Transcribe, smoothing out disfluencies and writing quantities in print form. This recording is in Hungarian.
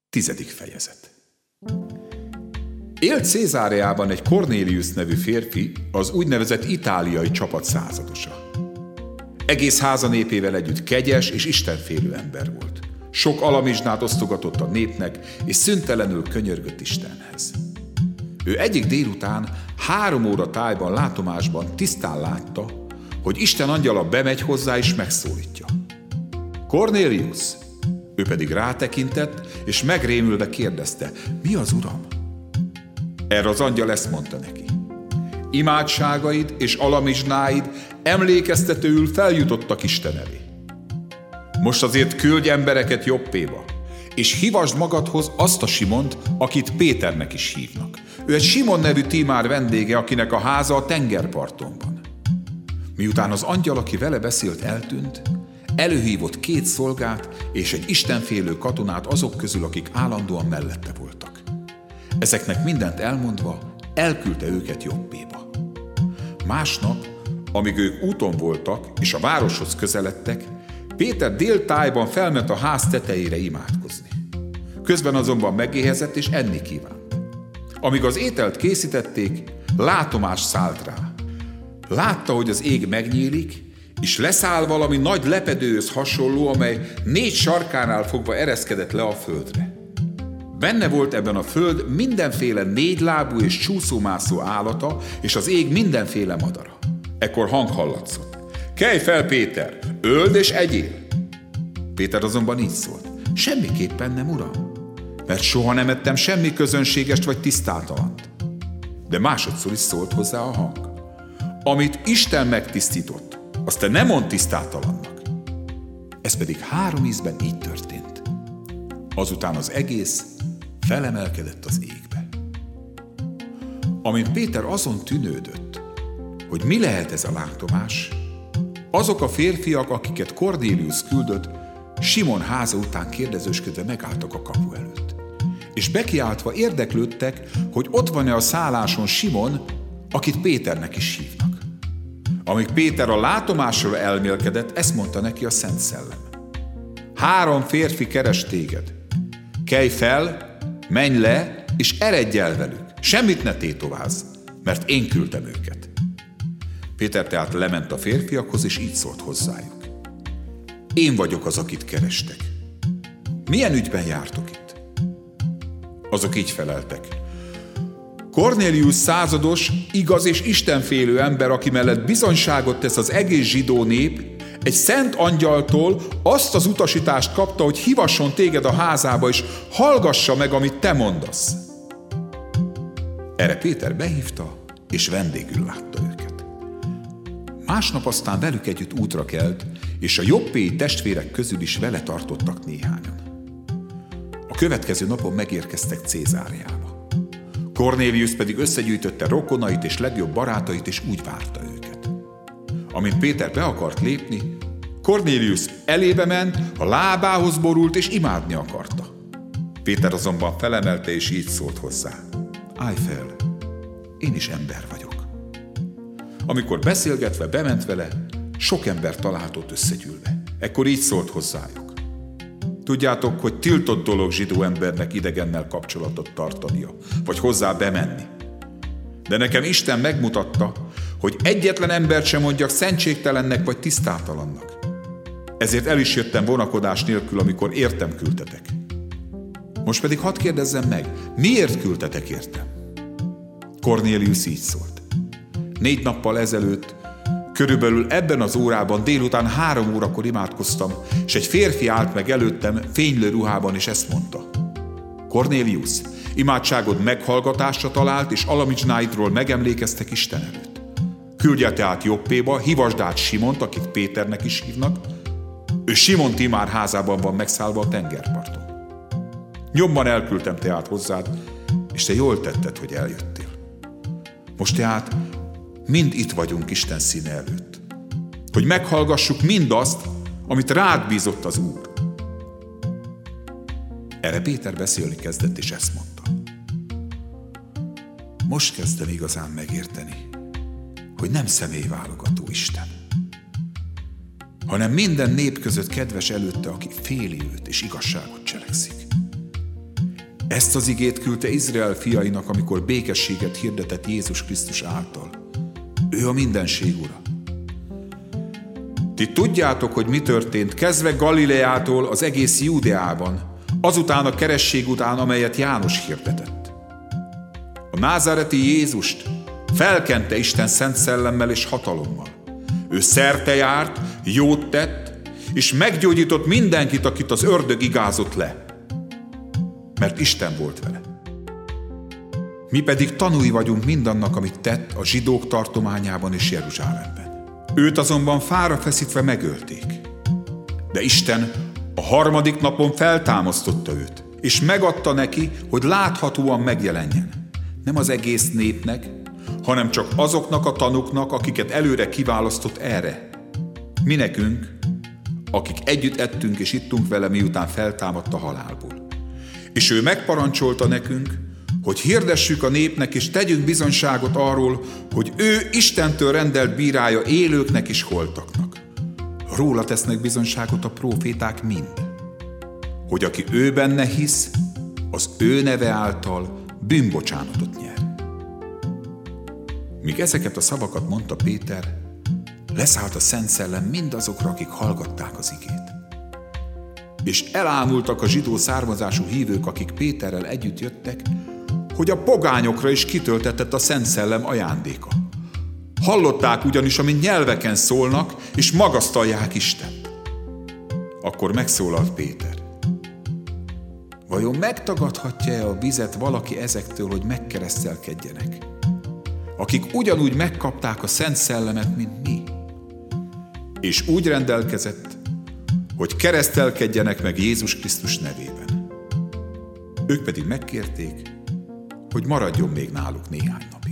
10. fejezet. Élt Cézáreában egy Cornélius nevű férfi, az úgynevezett itáliai csapat századosa. Egész háza népével együtt kegyes és istenfélő ember volt. Sok alamizsnát osztogatott a népnek, és szüntelenül könyörgött Istenhez. Ő egyik délután 3 óra tájban látomásban tisztán látta, hogy Isten angyala bemegy hozzá és megszólítja. Cornélius! Ő pedig rátekintett, és megrémülve kérdezte, mi az Uram? Erre az angyal ezt mondta neki. Imádságaid és alamizsnáid emlékeztetőül feljutottak Isten elé. Most azért küldj embereket Joppéba, és hívasd magadhoz azt a Simont, akit Péternek is hívnak. Ő egy Simon nevű tímár vendége, akinek a háza a tengerparton van. Miután az angyal, aki vele beszélt, eltűnt, előhívott 2 szolgát és egy istenfélő katonát azok közül, akik állandóan mellette voltak. Ezeknek mindent elmondva, elküldte őket Joppéba. Másnap, amíg ők úton voltak és a városhoz közeledtek, Péter déltájban felment a ház tetejére imádkozni. Közben azonban megéhezett és enni kívánt. Amíg az ételt készítették, látomás szállt rá. Látta, hogy az ég megnyílik, és leszáll valami nagy lepedőhöz hasonló, amely 4 sarkánál fogva ereszkedett le a földre. Benne volt ebben a föld mindenféle 4 lábú és csúszómászó állata, és az ég mindenféle madara. Ekkor hang hallatszott. Kelj fel, Péter, öld és egyél! Péter azonban így szólt. Semmiképpen nem, Uram, mert soha nem ettem semmi közönségest vagy tisztátalant. De másodszor is szólt hozzá a hang. Amit Isten megtisztított, azt te nem mondd tisztátalannak. Ez pedig 3 ízben így történt. Azután az egész felemelkedett az égbe. Amint Péter azon tűnődött, hogy mi lehet ez a látomás, azok a férfiak, akiket Cornélius küldött, Simon háza után kérdezősködve megálltak a kapu előtt. És bekiáltva érdeklődtek, hogy ott van-e a szálláson Simon, akit Péternek is hívnak. Amíg Péter a látomásról elmélkedett, ezt mondta neki a Szent Szellem. 3 férfi keres téged. Kelj fel, menj le, és eredj el velük. Semmit ne tétovázz, mert én küldtem őket. Péter tehát lement a férfiakhoz, és így szólt hozzájuk. Én vagyok az, akit kerestek. Milyen ügyben jártok itt? Azok így feleltek. Cornélius százados, igaz és istenfélő ember, aki mellett bizonyságot tesz az egész zsidó nép, egy szent angyaltól azt az utasítást kapta, hogy hívasson téged a házába, és hallgassa meg, amit te mondasz. Erre Péter behívta, és vendégül látta őket. Másnap aztán velük együtt útra kelt, és a joppéi testvérek közül is vele tartottak néhányan. A következő napon megérkeztek Cézáreába. Cornélius pedig összegyűjtötte rokonait és legjobb barátait, és úgy várta őket. Amint Péter be akart lépni, Cornélius elébe ment, a lábához borult, és imádni akarta. Péter azonban felemelte, és így szólt hozzá. Állj fel, én is ember vagyok. Amikor beszélgetve bement vele, sok ember találtott összegyűlve. Ekkor így szólt hozzájuk. Tudjátok, hogy tiltott dolog zsidó embernek idegennel kapcsolatot tartania, vagy hozzá bemenni. De nekem Isten megmutatta, hogy egyetlen embert sem mondjak szentségtelennek vagy tisztátalannak. Ezért el is jöttem vonakodás nélkül, amikor értem küldtetek. Most pedig hadd kérdezzem meg, miért küldtetek értem? Cornélius így szólt. 4 nappal ezelőtt, körülbelül ebben az órában délután 3 órakor imádkoztam, és egy férfi állt meg előttem fénylő ruhában, és ezt mondta. Cornélius, imádságod meghallgatásra talált, és alamizsnáidról megemlékeztek Isten előtt. Küldje tehát Joppéba, hívasd át Simont, akit Péternek is hívnak. Ő Simon tímár házában van megszállva a tengerparton. Nyomban elküldtem tehát hozzád, és te jól tetted, hogy eljöttél. Most tehát mind itt vagyunk Isten színe előtt, hogy meghallgassuk mindazt, amit rád bízott az Úr. Erre Péter beszélni kezdett, és ezt mondta. Most kezdtem igazán megérteni, hogy nem személyválogató Isten, hanem minden nép között kedves előtte, aki féli őt és igazságot cselekszik. Ezt az igét küldte Izrael fiainak, amikor békességet hirdetett Jézus Krisztus által. Ő a mindenség ura. Ti tudjátok, hogy mi történt, kezdve Galileától az egész Júdeában, azután a keresztség után, amelyet János hirdetett. A názáreti Jézust felkente Isten szent szellemmel és hatalommal. Ő szerte járt, jót tett, és meggyógyított mindenkit, akit az ördög igázott le, mert Isten volt vele. Mi pedig tanúi vagyunk mindannak, amit tett a zsidók tartományában és Jeruzsálemben. Őt azonban fára feszítve megölték. De Isten a harmadik napon feltámasztotta őt, és megadta neki, hogy láthatóan megjelenjen. Nem az egész népnek, hanem csak azoknak a tanúknak, akiket előre kiválasztott erre. Mi nekünk, akik együtt ettünk és ittunk vele, miután feltámadt a halálból. És ő megparancsolta nekünk, hogy hirdessük a népnek és tegyünk bizonyságot arról, hogy ő Istentől rendelt bírája élőknek és holtaknak. Róla tesznek bizonyságot a próféták mind, hogy aki ő benne hisz, az ő neve által bűnbocsánatot nyer. Míg ezeket a szavakat mondta Péter, leszállt a Szent Szellem mindazokra, akik hallgatták az igét. És elámultak a zsidó származású hívők, akik Péterrel együtt jöttek, hogy a pogányokra is kitöltetett a Szent Szellem ajándéka. Hallották ugyanis, amint nyelveken szólnak, és magasztalják Istent. Akkor megszólalt Péter. Vajon megtagadhatja-e a vizet valaki ezektől, hogy megkeresztelkedjenek, akik ugyanúgy megkapták a Szent Szellemet, mint mi? És úgy rendelkezett, hogy keresztelkedjenek meg Jézus Krisztus nevében. Ők pedig megkérték, hogy maradjon még náluk néhány napig.